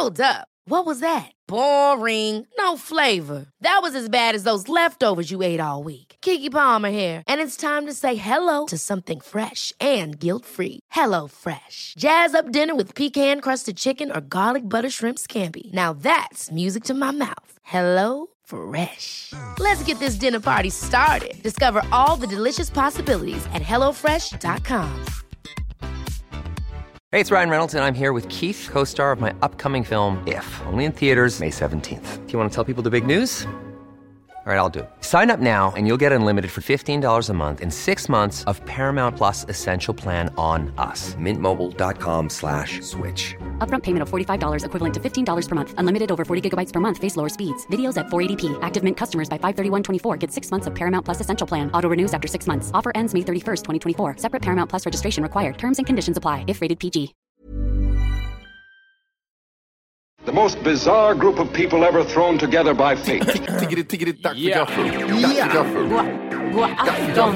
Hold up. What was that? Boring. No flavor. That was as bad as those leftovers you ate all week. Keke Palmer here. And it's time to say hello to something fresh and guilt-free. Hello Fresh. Jazz up dinner with pecan-crusted chicken or garlic butter shrimp scampi. Now that's music to my mouth. Hello Fresh. Let's get this dinner party started. Discover all the delicious possibilities at hellofresh.com. Hey, it's Ryan Reynolds, and I'm here with Keith, co-star of my upcoming film, If, only in theaters May 17th. Do you want to tell people the big news? All right, I'll do it. Sign up now and you'll get unlimited for $15 a month and 6 months of Paramount Plus Essential Plan on us. MintMobile.com/switch. Upfront payment of $45 equivalent to $15 per month. Unlimited over 40 gigabytes per month. Face lower speeds. Videos at 480p. Active Mint customers by 531.24 get 6 months of Paramount Plus Essential Plan. Auto renews after 6 months. Offer ends May 31st, 2024. Separate Paramount Plus registration required. Terms and conditions apply if rated PG. The most bizarre group of people ever thrown together by fate. Tiggeri, dack för gaffel. Dack för gaffel. God afton.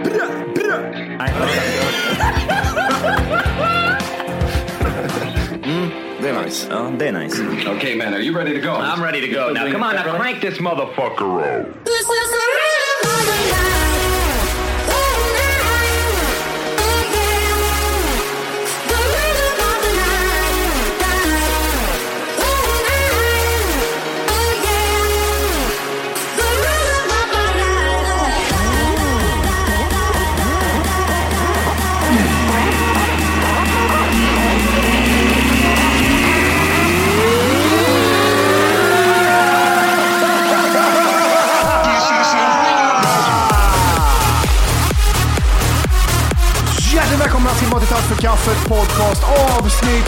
Det är nice. Ja, det är nice. Okay, man, are you ready to go? I'm ready to go. Now, come on, now crank this motherfucker up. This is the rhythm of the night. The rhythm of the night. The rhythm of the Hjärtligt välkomna till Mat i tack för kaffet podcast avsnitt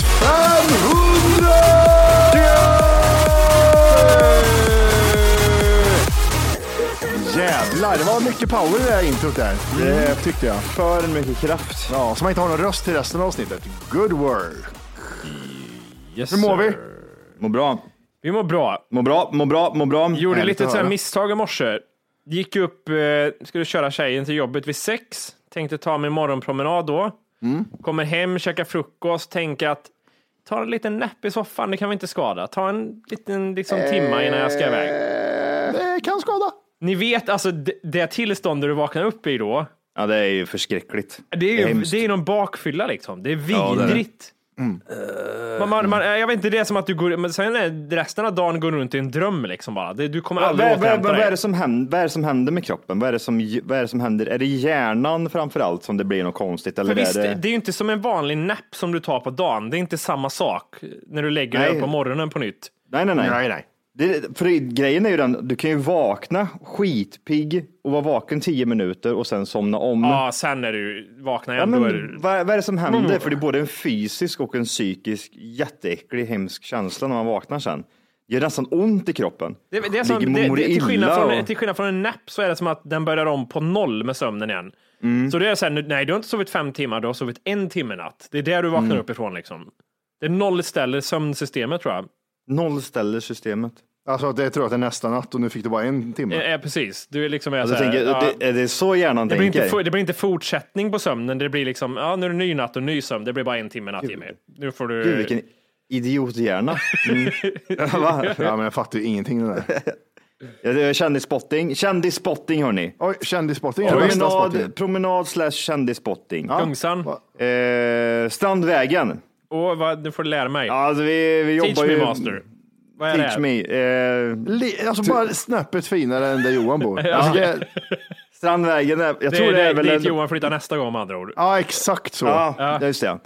500! Jävlar, det var mycket power i det här introt där. Det tyckte jag. För mycket kraft. Ja, så man inte har någon röst till resten av avsnittet. Good work. Yes, hur mår vi? Mår bra. Vi mår bra. Mår bra. Gjorde lite så här misstag i morse. Gick upp, skulle köra tjejen till jobbet vid 6. Tänkte ta mig morgonpromenad då. Kommer hem, käkar frukost. Tänker att ta en liten napp i soffan, det kan vi inte skada. Ta en liten timma innan jag ska iväg. Det kan skada. Ni vet alltså det tillstånd du vaknar upp i då. Ja, det är ju förskräckligt. Det är någon bakfylla liksom. Det är vidrigt. Jag vet inte, det är som att du går, men sen resten av dagen går runt i en dröm liksom bara. Du kommer aldrig återhämta dig. Vad är det som händer med kroppen? Vad är det som händer? Är det hjärnan framförallt som det blir något konstigt? Eller visst, det är ju inte som en vanlig napp som du tar på dagen. Det är inte samma sak när du lägger dig upp på morgonen på nytt. Nej. För grejen är ju den, du kan ju vakna skitpigg och vara vaken 10 minuter och sen somna om. Ja, sen är du vakna igen. Vad är det som händer? För det är både en fysisk och en psykisk jätteäcklig, hemsk känsla när man vaknar sen. Det gör nästan ont i kroppen. Till skillnad från en napp så är det som att den börjar om på 0 med sömnen igen. Så det är så här, nej, du har inte sovit 5 timmar, du har sovit 1 timme natt. Det är där du vaknar upp ifrån liksom. Det nollställer sömnsystemet, tror jag. Nollställer systemet. Alltså det tror jag att det är nästa natt och nu fick du bara 1 timme. Ja, precis. Du är liksom är det så hjärnan tänker? Det blir inte fortsättning på sömnen. Det blir liksom, nu är det ny natt och ny sömn. Det blir bara 1 timme natt i mig. Nu får du... Gud, vilken idiothjärna. Ja, men jag fattar ju ingenting av det. Kändisspotting hörni. Oj, kändisspotting. Promenad/kändisspotting. Kungsan. Strandvägen. Nu får du lära mig. Alltså vi jobbar Teach ju... me master. Vad är Teach det? me. Alltså bara snäppet finare än där Johan bor. Ja. Alltså, Strandvägen, jag tror det är väl... Dit Johan flyttar nästa gång med andra ord. Ja, exakt så. Ja. Just det.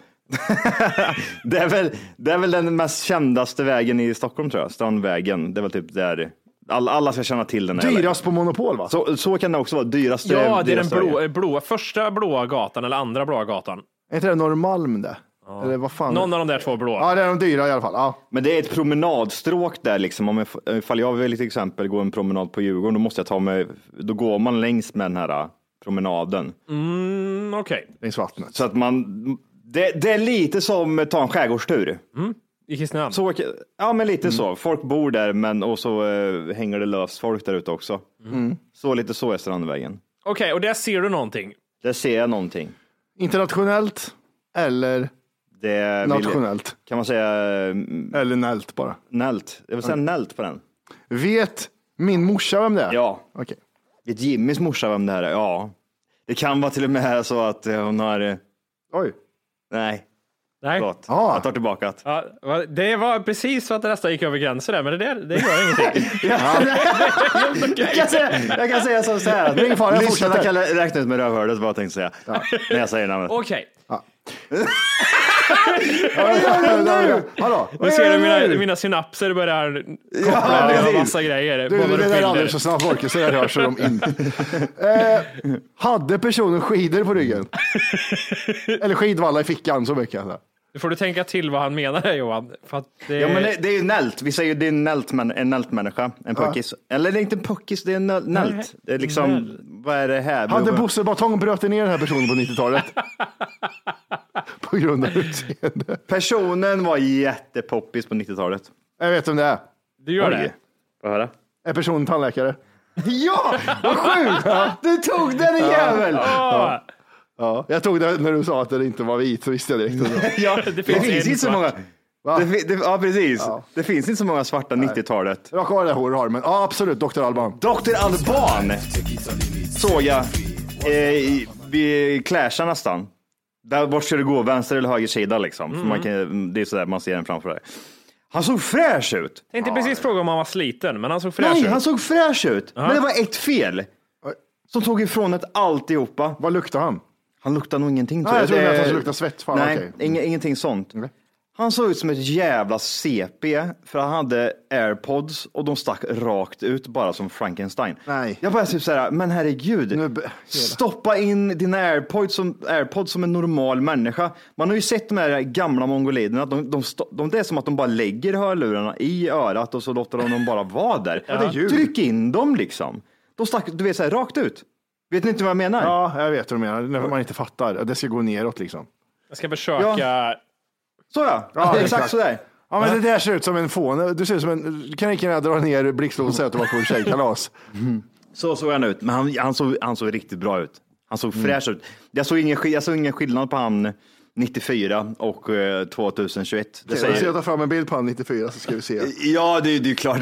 det är väl den mest kändaste vägen i Stockholm, tror jag. Strandvägen. Det är väl typ där alla ska känna till den. Dyrast på Monopol, va? Så kan det också vara. Dyraste. Ja, det är den första blåa gatan eller andra blåa gatan. Är inte det Norrmalm det? Ja. Eller vad fan? Någon av de där 2 blåa. Ja, det är de dyra i alla fall. Ja. Men det är ett promenadstråk där liksom. Ifall jag vill till exempel gå en promenad på Djurgården, då måste jag då går man längs med den här promenaden. Okej. Längs vattnet. Så att det är lite som ta en skärgårdstur. I Kristinehamn. Ja, men lite så. Folk bor där, och så hänger det löst folk där ute också. Så lite så är Strandvägen. Okej, och där ser du någonting? Där ser jag någonting. Internationellt eller? Nationellt. Kan man säga... Eller nält bara. Nält. Jag vill säga nält på den. Vet min morsa vem det är? Ja. Okej. Vet Jimmys morsa vem det här är? Ja. Det kan vara till och med så att hon har... Oj. Nej. Förlåt. Jag tar tillbaka det. Ja, det var precis så att det nästan gick över gränsen där, men det gör ingenting. Jag kan säga så här. Det är ingen fara, Lyssnarna kan räkna ut med rövhördet, vad jag tänkte säga. När jag säger namnet. Okej. Hallå. Nu ser du mina synapser börjar koppla en massa grejer. Det är aldrig så snabbt folk, så där hörs de inte. Hade personen skidor på ryggen? Eller skidvalla i fickan, så mycket. Nu får du tänka till vad han menar där, Johan. För att det... Ja, men det är ju nält. Vi säger det är en nältmänniska, en puckis. Eller det är inte en puckis, det är en nält. Det är liksom, vad är det här? Hade Bosse Batong bröt ner den här personen på 90-talet? På grund av utseende. Personen var jättepoppis på 90-talet. Jag vet om det är. Du gör det? Får höra? Är personen tandläkare? Ja, vad sjukt! Du tog den jävel! Ja, jag tog det när du sa att det inte var vit, så visste jag direkt. Ja, det finns inte så många. Ja, precis. Ja. Det finns inte så många svarta 90-talet. Raka av det hår har, men ja, absolut, Dr. Alban. Dr. Alban såg jag vid Clasha nästan. Där bort ska det gå, vänster eller höger sida liksom. För man kan, det är sådär man ser den framför dig. Han såg fräsch ut. Jag tänkte precis fråga om han var sliten, men han såg fräsch ut. Nej, han såg fräsch ut. Men det var ett fel som tog ifrån ett alltihopa. Vad luktade han? Han luktade nog ingenting. Nej, jag trodde att han skulle lukta svett. Fan, nej, ingenting sånt. Okay. Han såg ut som ett jävla CP, för han hade AirPods och de stack rakt ut bara som Frankenstein. Nej. Jag bara typ såhär, men herregud, stoppa in dina AirPods som en normal människa. Man har ju sett de här gamla mongoliderna, det är som att de bara lägger hörlurarna i örat och så låter de bara vara där. Ja. Tryck in dem liksom. De stack, du vet, såhär, rakt ut. Vet ni inte vad jag menar? Ja, jag vet vad du menar. När man inte fattar. Det ska gå neråt liksom. Jag ska försöka... Ja. Så ja, exakt sådär. Ja, men det där ser ut som en fån. Du ser ut som en... Du kan inte dra ner blixtlås och säga att du var på en tjejkalas. Så såg han ut. Men han såg riktigt bra ut. Han såg fräsch ut. Jag såg ingen skillnad på han 94 och 2021. Jag ska ta fram en bild på han 94 så ska vi se. Ja, det är klart. Det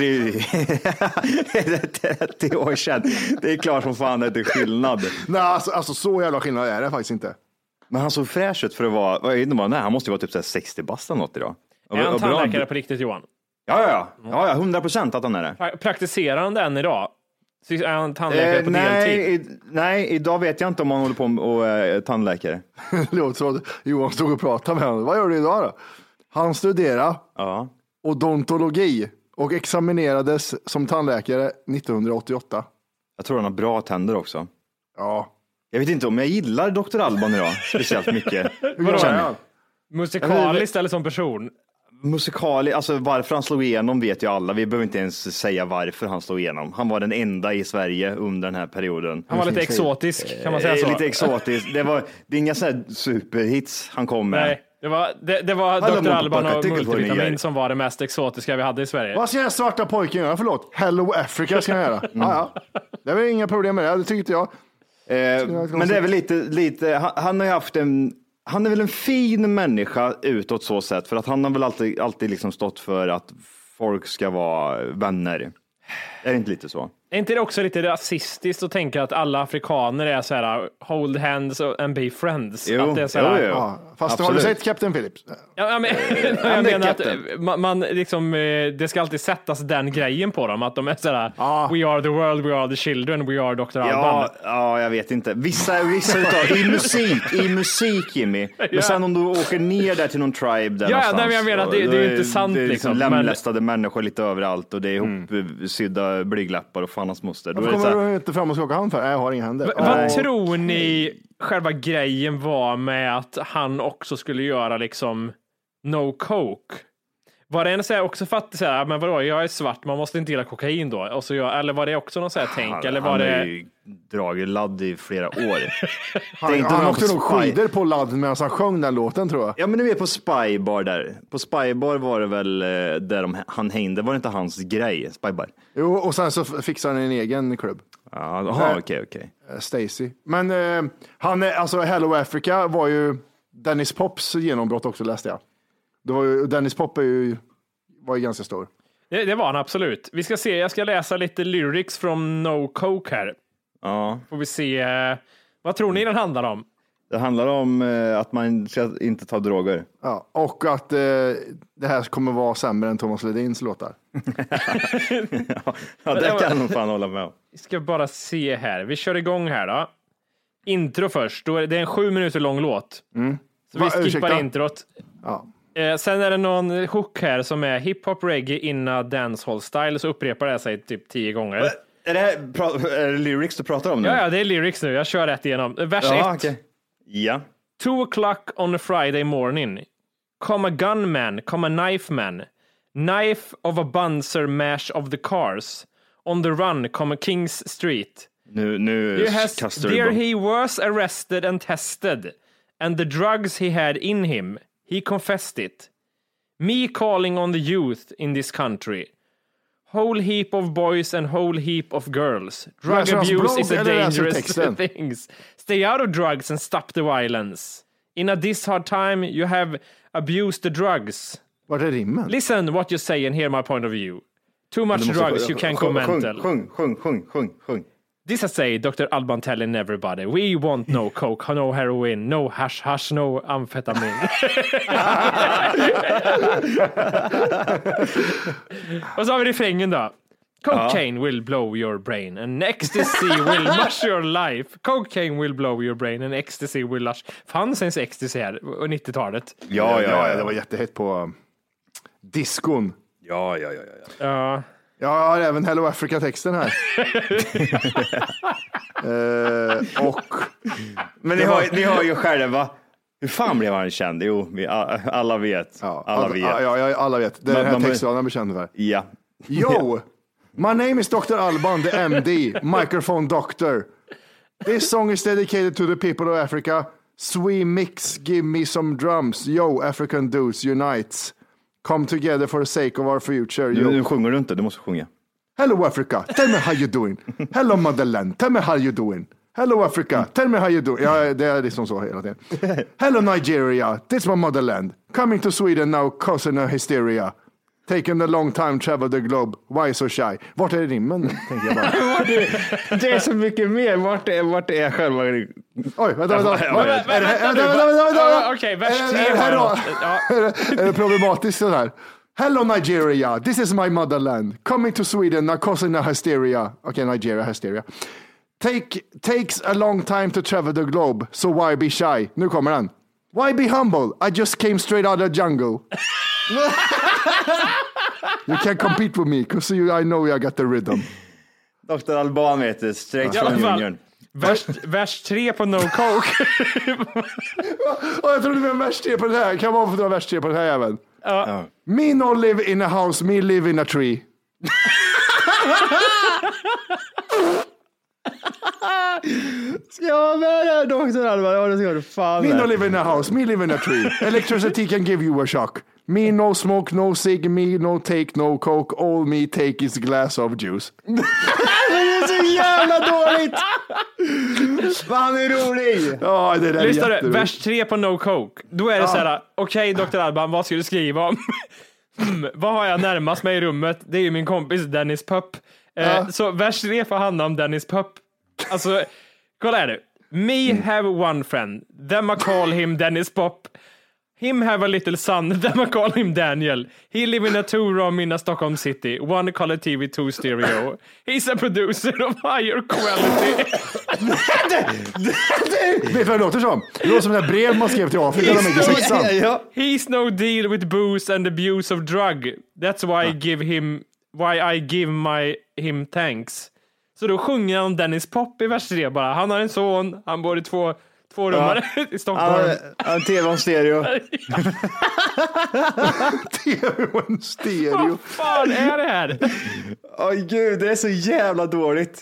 är 30 år sedan. Det är klart som fan att det är skillnad. Nej, alltså så jävla skillnad är det faktiskt inte. Men han såg fräsch ut för att vara, nej, han måste ju vara typ 60 bast eller något idag. Är han tandläkare på riktigt, Johan? Ja, 100% att han är det. Praktiserar han den idag? Är han tandläkare på deltid? Nej, idag vet jag inte om han håller på med tandläkare. Johan stod och pratade med honom. Vad gör du idag då? Han studerade odontologi och examinerades som tandläkare 1988. Jag tror han har bra tänder också. Ja. Jag vet inte om jag gillar Dr. Alban idag speciellt mycket. Musikaliskt eller som person? Musikaliskt, alltså varför han slog igenom vet ju alla. Vi behöver inte ens säga varför han slog igenom. Han var den enda i Sverige under den här perioden. Han var lite exotisk, kan man säga så? Lite exotisk. Det är inga så här superhits han kom med. Nej. Det var Dr. Alban och multivitamin som var det mest exotiska vi hade i Sverige. Vad ska den svarta pojken göra? Förlåt. Hello Africa ska jag göra. Ja. Det är väl inga problem med det tyckte jag. Men det är väl lite han har ju haft han är väl en fin människa utåt så sätt, för att han har väl alltid liksom stått för att folk ska vara vänner. Är det inte lite så? Är inte det också lite rasistiskt att tänka att alla afrikaner är så här hold hands and be friends? Jo, att det är så här, ja, fast har du sett Captain Phillips? Ja, men, jag menar att man liksom, det ska alltid sättas den grejen på dem, att de är så här, we are the world, we are the children, we are Dr. Alban. Ja, jag vet inte. Vissa utav i musik Jimmy. Men sen om du åker ner där till någon tribe där någonstans. Nej, men jag menar att det är inte sant. Det är liksom lemlästade människor lite överallt och det är ihopsydda blygdläppar och fan hans moster. Varför kommer du inte fram och skaka hand för? Jag har inga händer. Vad tror ni själva grejen var med att han också skulle göra liksom no coke? Var det en så här också för att säga, men vadå, jag är svart, man måste inte gilla kokain då? Och så eller var det också någon så här tänk? Eller var han det... har ju dragit ladd i flera år. han åkte nog skidor på ladd medan han sjöng den låten, tror jag. Ja, men du vet på Spybar där. På Spybar var det väl där han hängde. Var det inte hans grej, Spybar? Jo, och sen så fixade han en egen klubb. Ja, okej. Stacy. Men han är, alltså Hello Africa var ju Dennis Pops genombrott också läste jag. Dennis Pop var ju ganska stor. Det var han absolut. Vi ska se, jag ska läsa lite lyrics från No Coke här. Ja. Får vi se, vad tror ni den handlar om? Det handlar om att man ska inte ta droger. Ja, och att det här kommer vara sämre än Thomas Ledins låtar. Ja, det kan nog fan hålla med om. Vi ska bara se här. Vi kör igång här då. Intro först. Det är en 7 minuter lång låt. Så vi skippar introt. Ja. Sen är det någon hook här som är hiphop reggae in a dancehall style. Så upprepar det sig typ 10 gånger. Är det lyrics du pratar om nu? Ja, det är lyrics nu. Jag kör rätt igenom. Vers 1. Okay. Ja. 2 o'clock on a Friday morning. Come a gunman, come a knife man. Knife of a bunser mash of the cars. On the run, come a King's Street. Nu kastar du there he was arrested and tested. And the drugs he had in him, he confessed it. Me calling on the youth in this country. Whole heap of boys and whole heap of girls. Drug abuse is a dangerous thing. Stay out of drugs and stop the violence. In a this hard time you have abused the drugs. Vart är rimmen? Listen what you say and hear my point of view. Too much drugs you can go mental. Sjung. This I say, Dr. Alban telling everybody. We want no coke, no heroin, no hash, no amfetamin. Och så har vi refrängen då. Cocaine will blow your brain and ecstasy will mush your life. Cocaine will blow your brain and ecstasy will lush. Fanns ens ecstasy här på 90-talet? Ja, det var jättehett på diskon. Ja. Jag har även Hello Africa-texten här. Men ni har ju själva. Hur fan blev han känd? Jo, alla vet. Alla vet. Det är den här textraden jag är känd för. Ja. Yo, my name is Dr. Alban, the MD, microphone doctor. This song is dedicated to the people of Africa. Sweet mix, give me some drums. Yo, African dudes unites. Come together for the sake of our future. Nu sjunger du inte, du måste sjunga. Hello Africa, tell me how you doing. Hello motherland, tell me how you doing. Hello Africa, tell me how you doing. Ja, det är liksom så hela tiden. Hello Nigeria, this my motherland. Coming to Sweden now causing a hysteria. Taking a long time travel the globe. Why so shy? Vart är rimmen? Tänker jag bara. Det är så mycket mer. Vart är själva... Oj, vänta. Okej, vers 3. Är det problematiskt det här? Hello Nigeria, this is my motherland. Coming to Sweden now causing a hysteria. Okej, Nigeria, hysteria. Takes a long time to travel the globe. So why be shy? Nu kommer den. Why be humble? I just came straight out of the jungle. You can't compete with me because I know I got the rhythm. Dr. Alban vet det, straight from Union. Vers 3 på No Coke. Jag trodde det var vers 3 på den här. Kan man få dra vers 3 på den här jäveln? Me no live in a house, me live in a tree. Ska jag med det, Dr. Alban? Ja, det ska du fan med. Me no live in a house, me live in a tree. Electricity can give you a shock. Me no smoke, no cig, me no take, no coke. All me take is glass of juice. Det är så jävla dåligt. Vad han är rolig. Ja, det där är Lyssna jätteroligt. vers 3 på No Coke. Då är det så här, okej, Dr. Alban, vad ska du skriva om? Vad har jag närmast mig i rummet? Det är ju min kompis Dennis Pup. Så vers 3 får handla om Dennis Pup. Alltså, kolla här nu. Me have one friend. Them I call him Dennis Pop. Him have a little son. Them I call him Daniel. He live in a 2-room in a Stockholm city. 1 color TV, 2 stereo. He's a producer of higher quality. Vet du vad det låter som? Det låter som det här brev man skrev till Afrika. He's no deal with booze and abuse of drug. That's why I give him thanks. Så då sjunger han om Dennis Pop i vers 3 bara. Han har en son, han bor i två rummare i Stockholm. Han tv och stereo. TV och en stereo. Vad fan är det här? Oj gud, det är så jävla dåligt.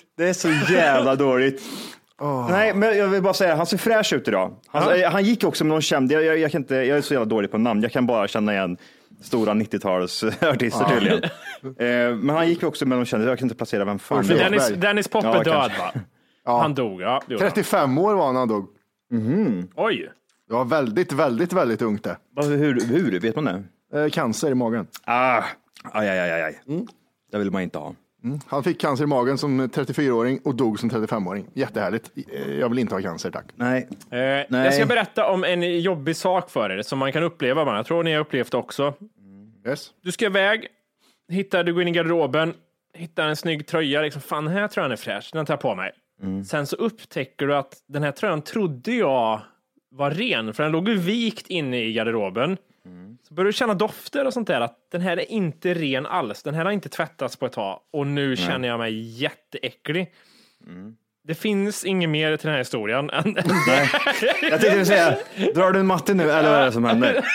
Nej, men jag vill bara säga, han ser fräsch ut idag. Han gick också med någon känd, jag är så jävla dålig på namn. Jag kan bara känna igen stora 90-talsartister tydligen. Men han gick också med någon känd, jag kan inte placera vem fan. Dennis Pop är död, va? Han dog, 35 år var han dog. Oj. Det var väldigt, väldigt, väldigt ungt det. Hur vet man det? Cancer i magen. Aj. Det vill man inte ha. Han fick cancer i magen som 34-åring och dog som 35-åring. Jättehärligt. Jag vill inte ha cancer, tack. Nej. Jag ska berätta om en jobbig sak för er som man kan uppleva. Jag tror ni har upplevt det också. Yes. Du ska iväg, du går in i garderoben, hittar en snygg tröja. Liksom, fan, den här tröjan är fräsch, den tar jag på mig. Sen så upptäcker du att den här tröjan trodde jag var ren, för den låg ju vikt inne i garderoben. Så börjar du känna dofter och sånt där, att den här är inte ren alls. Den här har inte tvättats på ett tag. Och nu känner jag mig jätteäcklig. Det finns inget mer till den här historien. Nej. Jag tänkte säga, drar du en matte nu eller vad är det som händer?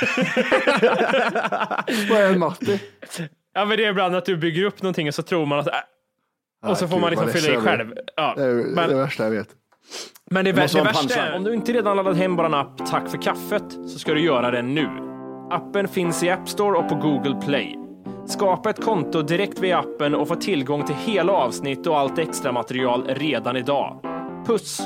Vad är en matte? Ja, men det är ibland att du bygger upp någonting och så tror man att och så får man liksom fylla i själv. Ja. Det är det värsta jag vet. Men det värsta är, om du inte redan laddat hem bara en app Tack för kaffet, så ska du göra det nu. Appen finns i App Store och på Google Play. Skapa ett konto direkt via appen och få tillgång till hela avsnitt och allt extra material redan idag. Puss!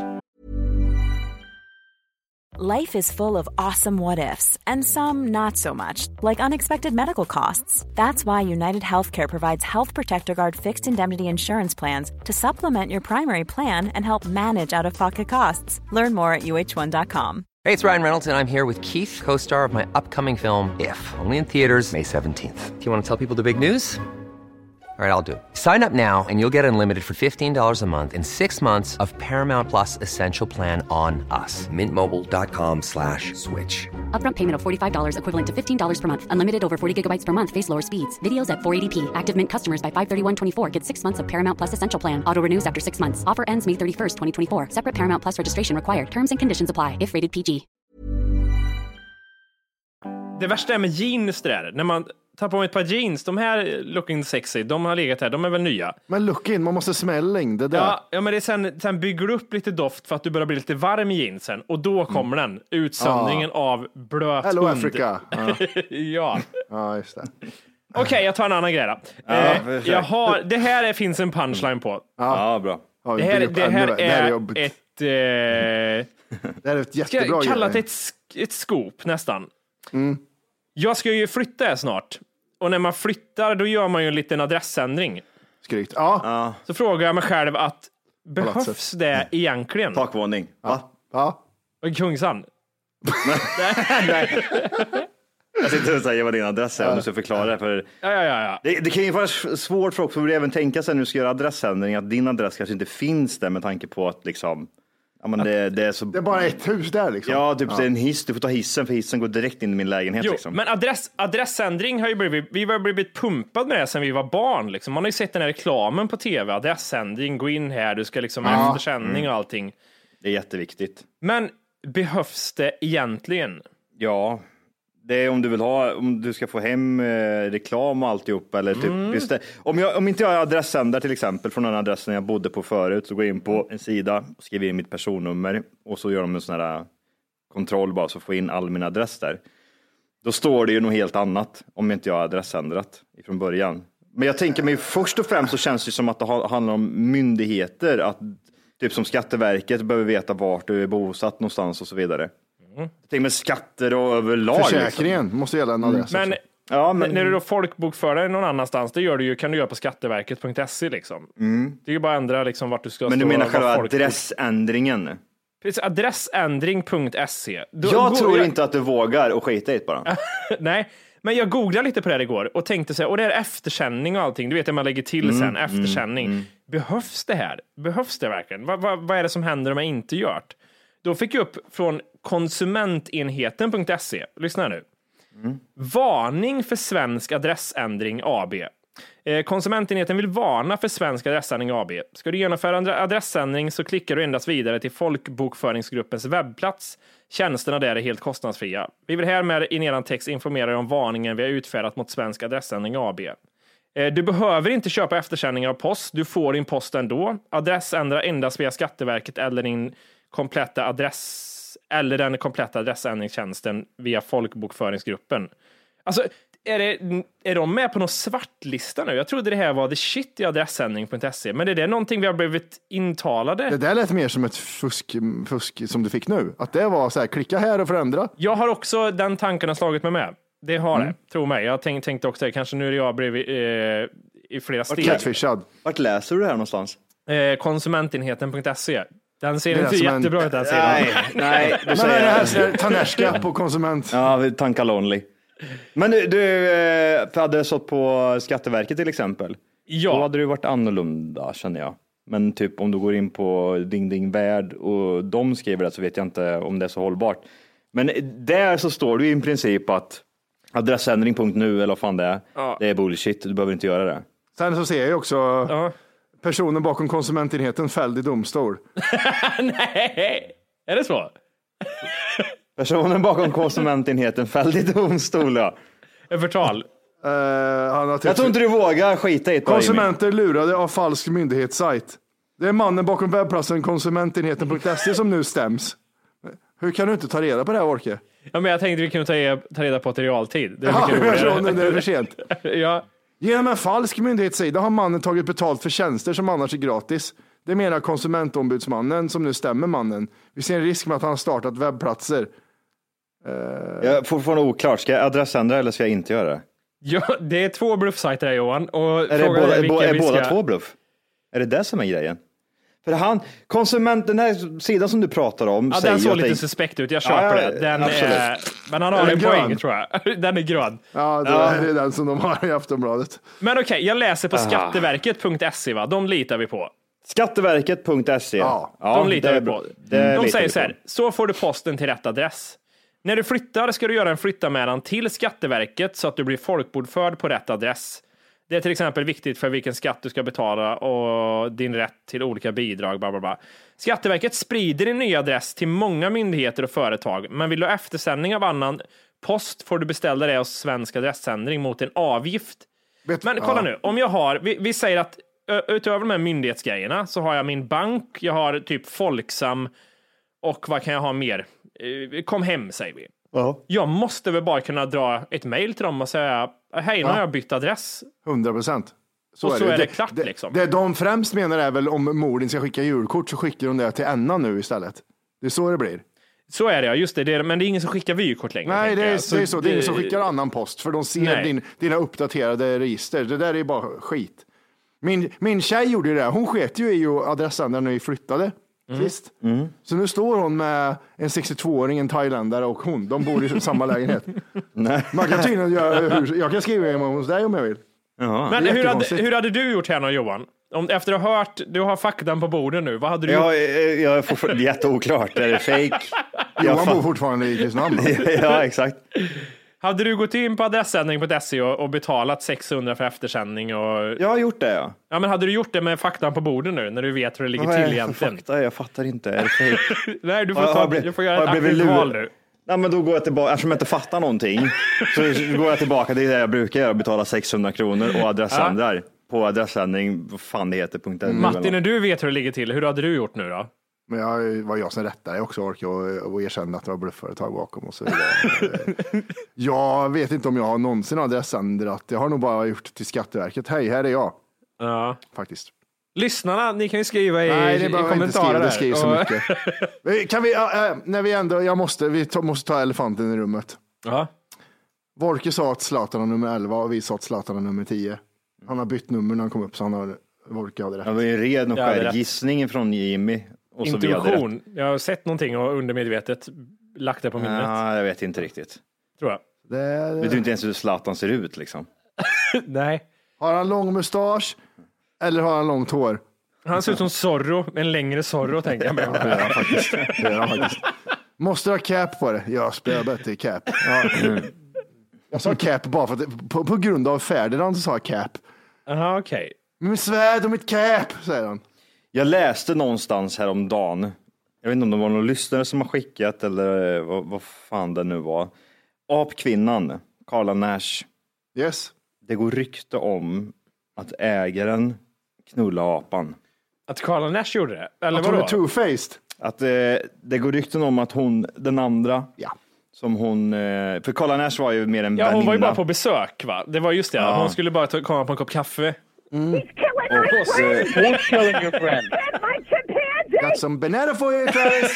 Life is full of awesome what-ifs, and some not so much, like unexpected medical costs. That's why United Healthcare provides Health Protector Guard fixed indemnity insurance plans to supplement your primary plan and help manage out-of-pocket costs. Learn more at uh1.com. Hey, it's Ryan Reynolds, and I'm here with Keith, co-star of my upcoming film, If, only in theaters May 17th. Do you want to tell people the big news? All right, I'll do it. Sign up now and you'll get unlimited for $15 a month and 6 months of Paramount Plus Essential Plan on us. MintMobile.com/switch. Upfront payment of $45 equivalent to $15 per month. Unlimited over 40 gigabytes per month. Face lower speeds. Videos at 480p. Active Mint customers by 531.24 get 6 months of Paramount Plus Essential Plan. Auto renews after 6 months. Offer ends May 31st, 2024. Separate Paramount Plus registration required. Terms and conditions apply if rated PG. Det värsta är med jeans där. När man tar på mig ett par jeans, de här looking sexy, de har legat här, de är väl nya. Men look in, man måste smälla in det där. Ja, men det är sen bygger du upp lite doft för att du börjar bli lite varm i jeansen. Och då kommer den, utsöndringen av blöt Hello hund. Africa. Ja. Ja, just det. Okej, jag tar en annan grej då. Det här finns en punchline på. Ja, bra. Det här är ett det här är ett jättebra ska jag kalla det ett scoop nästan. Jag ska ju flytta här snart. Och när man flyttar, då gör man ju en liten adressändring. Skryt. Ja. Så frågar jag mig själv att behövs det egentligen? Takvåning. Ja. Och Kungsan? Nej. Jag sitter och säger vad din adress är om du ska förklara det. För Ja. Det kan ju vara svårt för att även tänka sig när du ska göra adressändring att din adress kanske inte finns där med tanke på att liksom det är så... Det är bara ett hus där liksom. Ja, typ det är en hiss. Du får ta hissen för hissen går direkt in i min lägenhet. Jo, liksom. Men adressändring har ju vi har blivit pumpad med det sen vi var barn. Liksom. Man har ju sett den här reklamen på tv. Adressändring, gå in här, du ska liksom eftersändning och allting. Det är jätteviktigt. Men behövs det egentligen? Ja, det är om du ska få hem reklam och alltihop. Eller typ, om inte jag är adressändare till exempel från den adressen jag bodde på förut, så går jag in på en sida, skriver in mitt personnummer och så gör de en sån här kontroll bara så får in all min adress där. Då står det ju något helt annat om inte jag har adressändrat från början. Men jag tänker mig först och främst så känns det som att det handlar om myndigheter, att typ som Skatteverket behöver veta vart du är bosatt någonstans och så vidare. Tänk med skatter och överlag. Försäkringen måste gälla en adress. Men när du då folkbokför dig någon annannstans, det gör du ju, kan du göra på skatteverket.se liksom. Det är ju bara att ändra liksom vart du ska. Men du menar själva adressändringen? Precis, adressändring.se. Jag tror inte att du vågar och skita i det bara. Nej, men jag googlade lite på det här igår och tänkte så här, och det är eftersändning och allting, du vet att man lägger till sen, eftersändning. Behövs det här? Behövs det verkligen? Vad är det som händer om jag inte gör det? Då fick jag upp från konsumentenheten.se. Lyssna nu. Varning för svensk adressändring AB. Konsumentenheten vill varna för svensk adressändring AB. Ska du genomföra en adressändring så klickar du endast vidare till folkbokföringsgruppens webbplats. Tjänsterna där är helt kostnadsfria. Vi vill härmed i nedan text informera dig om varningen vi har utfärdat mot svensk adressändring AB. Du behöver inte köpa eftersändningar av post. Du får din post ändå. Adressändra endast via Skatteverket eller din kompletta adress eller den kompletta adressändringstjänsten via folkbokföringsgruppen. Alltså, är de med på någon svartlista nu? Jag trodde det här var the shit i adressändring.se, men är det någonting vi har blivit intalade? Det där lät mer som ett fusk som du fick nu. Att det var så här, klicka här och förändra. Jag har också den tanken har slagit mig med. Det har det, tro mig. Jag tänkte också det. Kanske nu är jag blivit i flera steg. Catfishad. Vart läser du det här någonstans? Konsumentenheten.se. Den ser inte jättebra ut den sidan. Nej. Men det här Tanerska på konsument. Ja, vi tankar lonely. Men du hade stått på Skatteverket till exempel. Ja. Då hade det varit annorlunda, känner jag. Men typ om du går in på Ding Värld och de skriver det, så vet jag inte om det är så hållbart. Men där så står det i princip att adressändring.nu eller vad fan det är. Ja. Det är bullshit, du behöver inte göra det. Sen så ser jag också personen bakom konsumentenheten fälld i domstol. Nej, är det så? Personen bakom konsumentenheten fälld i domstol, ja. Förtal. Jag tror inte du vågar skita i det. Konsumenter lurade av falsk myndighetssajt. Det är mannen bakom webbplatsen konsumentenheten.se som nu stäms. Hur kan du inte ta reda på det här, Orke? Ja, men jag tänkte vi kunde ta reda på det i realtid. Det är det är för sent. Ja. Genom en falsk myndighetssida har mannen tagit betalt för tjänster som annars är gratis. Det menar konsumentombudsmannen som nu stämmer mannen. Vi ser en risk med att han har startat webbplatser. Jag får fortfarande oklart. Ska jag adressändra eller ska jag inte göra det? Ja, det är 2 bluffsajter här, Johan. Och är båda 2 bluff? Är det som är grejen? För den här sidan som du pratar om. Ja, den såg lite suspekt ut, jag köper det. Men han har en poäng, tror jag. Den är grön. Ja, det är den som de har i Aftonbladet. Men okej, jag läser på skatteverket.se, va? De litar vi på. Skatteverket.se. Ja, de litar vi på. De säger så här, så får du posten till rätt adress. När du flyttar ska du göra en flyttanmälan till Skatteverket så att du blir folkbordförd på rätt adress. Det är till exempel viktigt för vilken skatt du ska betala och din rätt till olika bidrag. Bla bla bla. Skatteverket sprider din nya adress till många myndigheter och företag. Men vill du ha eftersändning av annan post får du beställa det hos Svensk adressändring mot en avgift. Men kolla nu, om jag har, vi säger att utöver de här myndighetsgrejerna så har jag min bank, jag har typ Folksam och vad kan jag ha mer? Kom hem, säger vi. Jag måste väl bara kunna dra ett mejl till dem och säga hej, nu har jag bytt adress. 100%. Så är det klart liksom. Det de främst menar är väl om morden ska skicka julkort så skickar de det till Enna nu istället. Det är så det blir. Så är det, ja, just det. Men det är ingen som skickar vykort längre. Nej, det är så. Det är ingen som skickar annan post för de ser dina uppdaterade register. Det där är bara skit. Min tjej gjorde ju det. Hon sket ju i adressen när vi flyttade. Sist. Så nu står hon med en 62-åring, en thailändare och hon. De bor i samma lägenhet. Nej. Man kan tydligen jag kan skriva in hos dig om jag vill. Men hur hade du gjort här, Johan? Efter att ha hört, du har faktan på bordet nu, vad hade du gjort? Jag är fortfarande jätteoklart, är det fake? Johan bor fortfarande i Kristinehamn. Ja, exakt. Hade du gått in på adressändring.se och betalat 600 för eftersändning? Och... Jag har gjort det, ja. Ja, men hade du gjort det med faktan på bordet nu, när du vet hur det ligger till egentligen? Jag fattar inte, är det fake? Nej, du får göra ett aktivt val nu. Nej, men då går jag tillbaka, eftersom jag inte fattar någonting, så går jag tillbaka till det jag brukar göra, betala 600 kronor och adressändrar på adressändring, vad fan det heter. Matti, när du vet hur det ligger till, hur hade du gjort nu då? Men var jag som rättare också och erkände att det var blufföretag bakom och så vidare. Jag vet inte om jag har någonsin adressändrat. Jag har nog bara gjort till Skatteverket. Hej, här är jag. Ja. Faktiskt. Lyssnarna, ni kan ju skriva i kommentarer. Det skrivs så mycket. Kan vi, när vi ändå, vi måste ta elefanten i rummet. Ja. Vorke sa att Zlatan är nummer 11 och vi sa att Zlatan är nummer 10. Han har bytt nummer när han kom upp, så han har Vorke hade rätt. Det var ju red och skär gissningen från Jimmy. Och intuition. Jag har sett någonting och undermedvetet lagt det på minnet. Ja, jag vet inte riktigt. Tror jag. Vet du inte ens hur Zlatan ser ut liksom? Nej. Har han lång mustasch eller har han långt hår? Han ser ut som Zorro, en längre Zorro tänker jag. Det är han faktiskt. Måste ha cap på det. Jag spelar bättre i cap. Ja. Jag sa cap bara för att på grund av Ferdinand så sa jag cap. Aha, okej. Min svärd och mitt cap, säger han. Jag läste någonstans häromdagen. Jag vet inte om det var någon lyssnare som har skickat eller vad fan det nu var. Apkvinnan, Carla Nash. Yes. Det går rykte om att ägaren knullade apan. Att Carla Nash gjorde det? Eller att hon är two-faced? Att det går rykten om att hon, den andra, Som hon, för Carla Nash var ju mer en Ja, hon väninna. var ju bara på besök, va? Det var just det, hon skulle bara komma på en kopp kaffe. Who's killing your friend? Got some banana for you, Travis.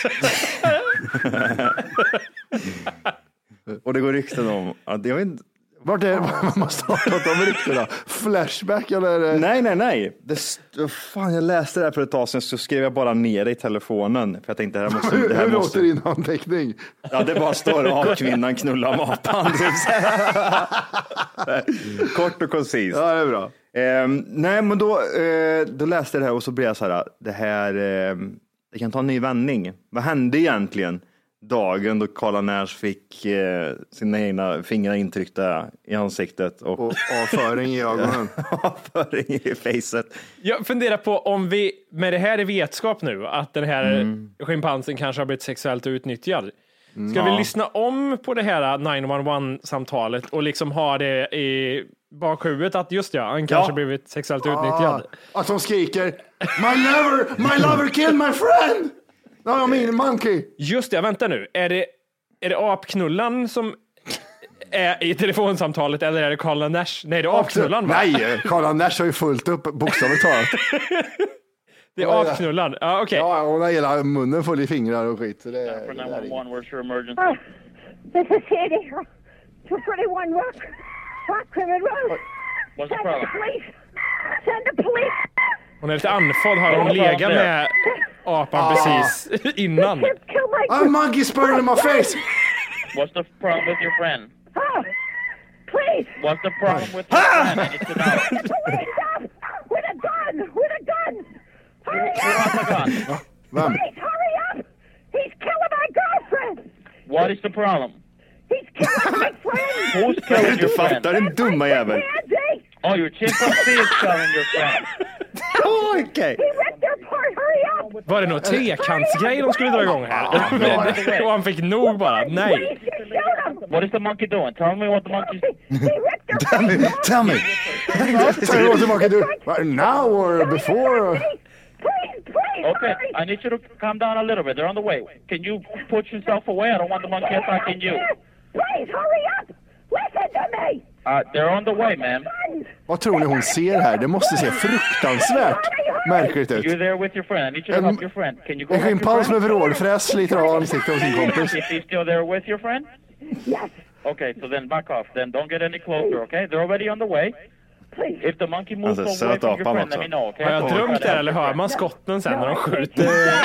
Och det går rykten om att jag vet inte. Vart är man måste ha något om ryktena? Flashback eller? Nej. Fan, jag läste det här för ett tag sedan, så skrev jag bara ner det i telefonen. För jag tänkte, Hur låter din anteckning? Ja, det bara står kvinnan knullar med apan. Kort och koncis. Ja, det är bra. Nej, men då läste jag det här och så blev jag så här, det kan ta en ny vändning. Vad hände egentligen dagen då Carla Nash fick sina egna fingrar intryckta i ansiktet och avföring i ögonen? Avföring i facet. Jag funderar på om vi med det här i vetskap nu att den här schimpansen kanske har blivit sexuellt utnyttjad. Ska vi lyssna om på det här 911-samtalet och liksom ha det i bakhuvudet att just han kanske blivit sexuellt utnyttjad? Att de skriker my lover killed my friend! No, I mean monkey. Just det, vänta nu. Är det apknullan som är i telefonsamtalet eller är det Carla Nash? Nej, det är apknullan, va? Nej, Carla Nash har ju fullt upp, bokstavligt talat. Det är apknullan. Ja, okej. Ja, hon har hela munnen full i fingrar och skit. Så det For 911, where's your emergency? This is Sandy. 231 Rockrimmon Road. What's the Send the problem? police. Send the police. Hon är lite andfådd. Har hon legat med apan precis innan? Kill my A monkey spurred in my face. What's the problem with your friend? Oh, please. What's the problem with your friend? I need to know. The police up with a gun. With a gun. Hurry up. Vem? Please hurry up. He's killing my girlfriend. What is the problem? He's killing my friend. Who's killing Du your friend? fattar, den dumma jävel. Andy. Oh, your chimpanzee is killing your friend. Okej. He ripped her apart. Hurry up. Var det någon trekantsgrej de skulle dra igång här? Och han fick nog bara. Nej. Please shoot him. What is the monkey doing? Tell me what the monkey's... He ripped her Tell me. Tell me what the monkey do. Now or before? Please, Okay, hurry. I need you to calm down a little bit. They're on the way. Can you put yourself away? I don't want the monkey attacking you. Please hurry up. Listen to me. They're on the way, ma'am. Vad tror ni hon ser här? Det måste se fruktansvärt märkligt ut. You're there with your friend. I need you to help your friend. Can you go En help your schimpans med friend? vrålfräs sliter av ansiktet av sin kompis. Is he still there with your friend? Yes, Okay, so then back off. Then don't get any closer, okay? They're already on the way. please. If the monkey moves Alltså, away söt from your apan friend, let också. me know, okay? Har jag drömt det eller hör man skotten sen när de skjuter?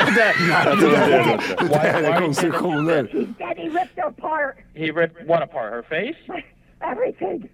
Det här är konstruktioner. He's dead. He ripped her apart. He ripped what apart? Her face? Everything.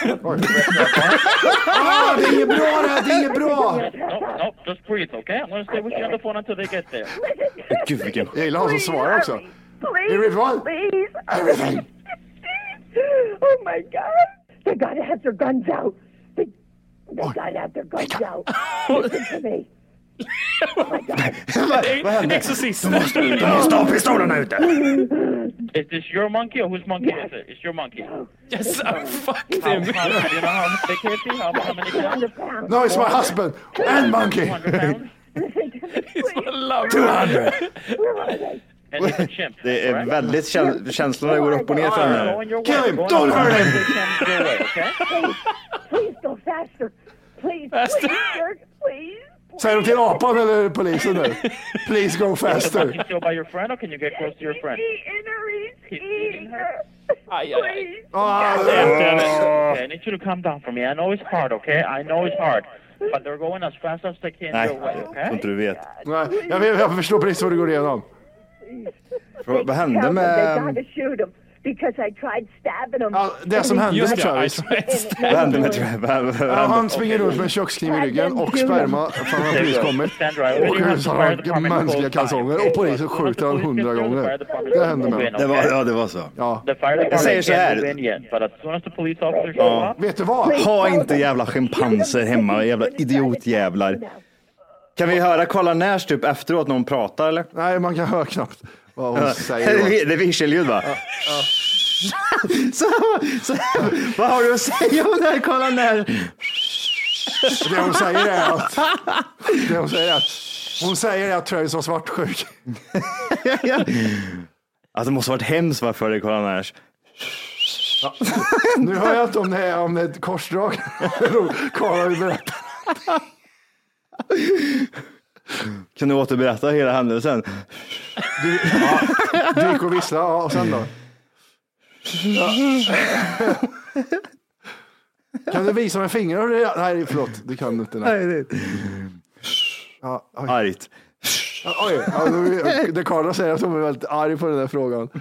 Det är inget bra det här, det är inget bra. No, just breathe, okay? I'm gonna stay with you on the phone until they get there. Gud, vilken... Jag gillar han som svarar också. Please. Every one. Please. Everything. Oh my God. They gotta have their guns out. They gotta have their guns out. Listen to me. Oh my God. Exorcisten. De måste ha pistolerna ute. Is this your monkey or whose monkey is it? It's your monkey. Yes, fuck Do them. you know how big he is? How many pounds? No, it's my husband and monkey. 200 pounds? Love 200. Where are they? And he's a chimp. Det är väldigt känslorna går upp och ner för henne. Go in your Kill way. him. Go in Don't your hurt way. him. They can't go away, okay? Please go faster. Please, Faster. please, sir. Please. Säger de till apan eller polisen nu? Please go Is the faster. monkey still by your friend or can you get close to your friend? Eating her. He's eating her. Aj, aj, aj. Please. Okay, I need you to calm down for me. I know it's hard, okay? I know it's hard. But they're going as fast as they can Nej, your way, tror okay? inte du vet. Nej, jag förstår precis vad du går igenom. Vad hände Tell them med... they gotta shoot him because I tried stabbing him. Ja, det som hände Just med det, Travis. Vad hände med Travis? Ja, han springer runt med en kökskniv i ryggen och sperma. Fan, han har precis kommit. Och så har han mänskliga kalsonger och polisen skjuter han 100 gånger. Det hände med. Det var så. Ja. The fire Jag säger department så här. can't move in yet, but as soon as the police officers show up, Vet du vad? Ha inte jävla schimpanser hemma, jävla idiotjävlar. Kan vi höra Carla Nash typ efteråt när hon pratar eller? Nej, man kan höra knappt vad hon säger. Det är visselljud va? Så, vad har du att säga om det här Carla Nash? Det hon säger är att hon säger att Travis var svartsjuk. Alltså det måste ha varit hemskt varför det kollar Nash. Ja. Nu hör jag inte om det är ett korsdrag. Karl vill berätta. Kan du återberätta hela händelsen? Du gick och vissla, och sen då? Ja. Kan du visa med fingrar? Nej, förlåt, du kan inte. Nej. Ja, argt. Oj, det Karl säger att de är väldigt arg på den där frågan.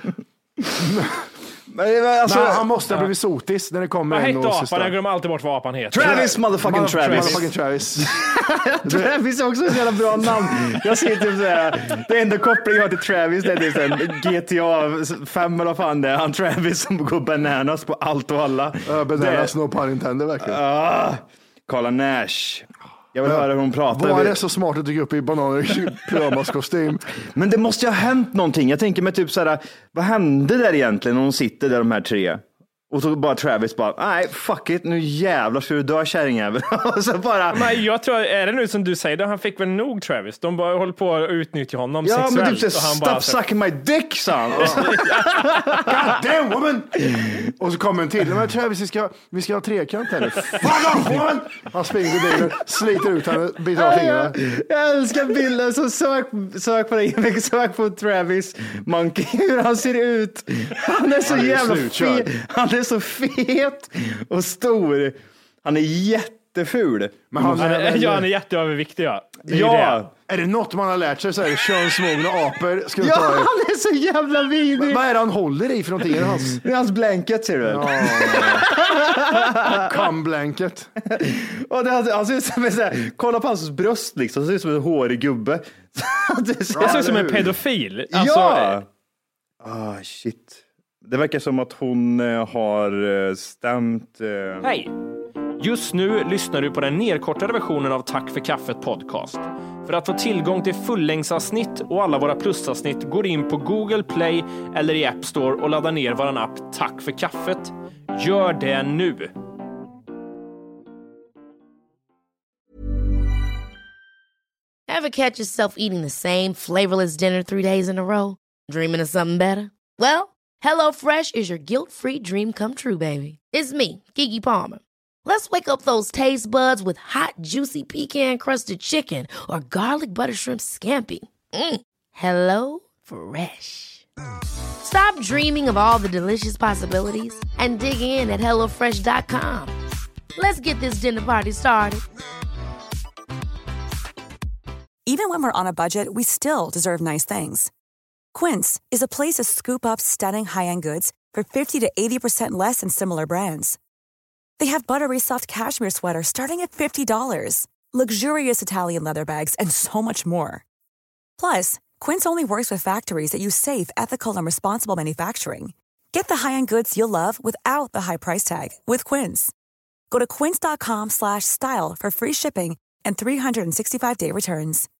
Men han måste ha blivit sotis när det kommer en och sista. apan, jag glömmer alltid bort vad apan heter. Travis, motherfucking Travis. Travis är också ett jävla bra namn. Jag ser typ såhär, det enda kopplingen jag har till Travis, det är typ såhär GTA 5 eller vad fan det är. Han Travis som går bananas på allt och alla. Bananas, no pun intended, verkligen. Carla Nash. Jag vill höra hur hon pratar. Var det så smart att dyka upp i bananer i pyjamaskostym? Men det måste ju ha hänt någonting. Jag tänker mig typ såhär, vad hände där egentligen när hon sitter där, de här tre? Och så bara Travis bara, nej fuck it, nu jävlar ska du dö kärringjävel. Och så bara... Men jag tror, är det nu som du säger, han fick väl nog Travis. De bara håller på att utnyttja honom sexuellt. Ja, men typ så stop sucking my dick, son. God damn woman! Och så kommer en till, men Travis, vi ska ha trekant här nu. Fuck off woman! Han springer till bilen, sliter ut henne, biter av fingrarna. Jag älskar bilden, så sök på det. Sök på Travis Monkey, hur han ser ut. Han är så jävla fet. Han är så fet och stor. Han är jätteful. Men han är jätteöverviktig. Ja. Är det något man har lärt sig så är det könsmogna apor. Ja, han är så jävla vidrig. Vad är det han håller i för någonting? Det är hans blanket, ser du. Cum-blanket. Och han ser ut som en sån, kolla på hans bröst liksom, ser ut som en hårig gubbe. Det ser ut som en pedofil. Alltså, ja. Shit. Det verkar som att hon har stämt... Hej! Just nu lyssnar du på den nedkortade versionen av Tack för kaffet podcast. För att få tillgång till fullängdsavsnitt och alla våra plusavsnitt går in på Google Play eller i App Store och laddar ner våran app Tack för kaffet. Gör det nu! Ever catch yourself eating the same flavorless dinner 3 days in a row? Dreaming of something better? Well, HelloFresh is your guilt-free dream come true, baby. It's me, Keke Palmer. Let's wake up those taste buds with hot, juicy pecan-crusted chicken or garlic butter shrimp scampi. Hello Fresh. Stop dreaming of all the delicious possibilities and dig in at HelloFresh.com. Let's get this dinner party started. Even when we're on a budget, we still deserve nice things. Quince is a place to scoop up stunning high-end goods for 50 to 80% less than similar brands. They have buttery soft cashmere sweaters starting at $50, luxurious Italian leather bags, and so much more. Plus, Quince only works with factories that use safe, ethical, and responsible manufacturing. Get the high-end goods you'll love without the high price tag with Quince. Go to quince.com/style for free shipping and 365-day returns.